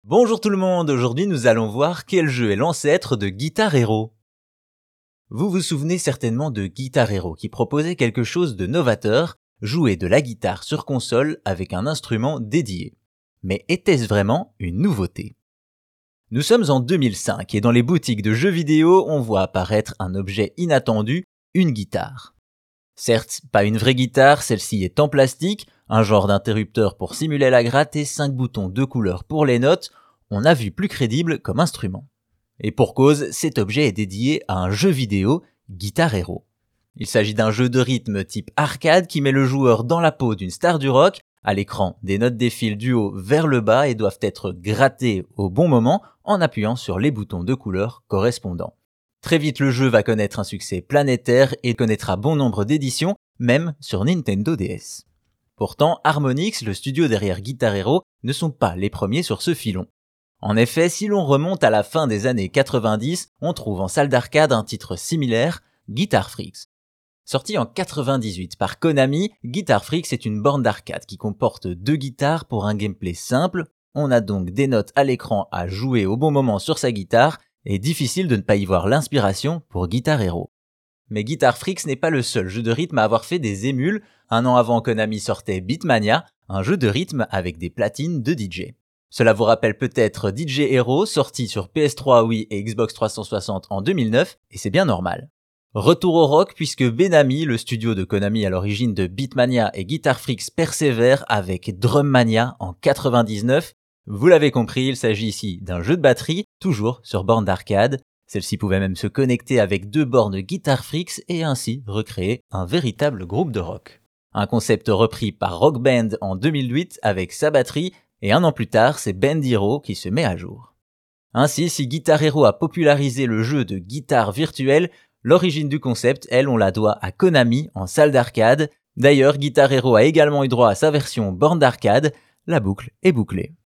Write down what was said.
Bonjour tout le monde, aujourd'hui nous allons voir quel jeu est l'ancêtre de Guitar Hero. Vous vous souvenez certainement de Guitar Hero qui proposait quelque chose de novateur, jouer de la guitare sur console avec un instrument dédié. Mais était-ce vraiment une nouveauté ? Nous sommes en 2005 et dans les boutiques de jeux vidéo, on voit apparaître un objet inattendu, une guitare. Certes, pas une vraie guitare, celle-ci est en plastique, un genre d'interrupteur pour simuler la gratte et 5 boutons de couleur pour les notes, on a vu plus crédible comme instrument. Et pour cause, cet objet est dédié à un jeu vidéo, Guitar Hero. Il s'agit d'un jeu de rythme type arcade qui met le joueur dans la peau d'une star du rock. À l'écran, des notes défilent du haut vers le bas et doivent être grattées au bon moment en appuyant sur les boutons de couleur correspondants. Très vite, le jeu va connaître un succès planétaire et connaîtra bon nombre d'éditions, même sur Nintendo DS. Pourtant, Harmonix, le studio derrière Guitar Hero, ne sont pas les premiers sur ce filon. En effet, si l'on remonte à la fin des années 90, on trouve en salle d'arcade un titre similaire, Guitar Freaks. Sorti en 98 par Konami, Guitar Freaks est une borne d'arcade qui comporte 2 guitares pour un gameplay simple. On a donc des notes à l'écran à jouer au bon moment sur sa guitare, et difficile de ne pas y voir l'inspiration pour Guitar Hero. Mais Guitar Freaks n'est pas le seul jeu de rythme à avoir fait des émules. Un an avant, Konami sortait Beatmania, un jeu de rythme avec des platines de DJ. Cela vous rappelle peut-être DJ Hero, sorti sur PS3, Wii et Xbox 360 en 2009, et c'est bien normal. Retour au rock puisque Benami, le studio de Konami à l'origine de Beatmania et Guitar Freaks, persévère avec Drummania en 99. Vous l'avez compris, il s'agit ici d'un jeu de batterie, toujours sur borne d'arcade. Celle-ci pouvait même se connecter avec 2 bornes Guitar Freaks et ainsi recréer un véritable groupe de rock. Un concept repris par Rock Band en 2008 avec sa batterie, et un an plus tard, c'est Band Hero qui se met à jour. Ainsi, si Guitar Hero a popularisé le jeu de guitare virtuelle, l'origine du concept, elle, on la doit à Konami en salle d'arcade. D'ailleurs, Guitar Hero a également eu droit à sa version borne d'arcade. La boucle est bouclée.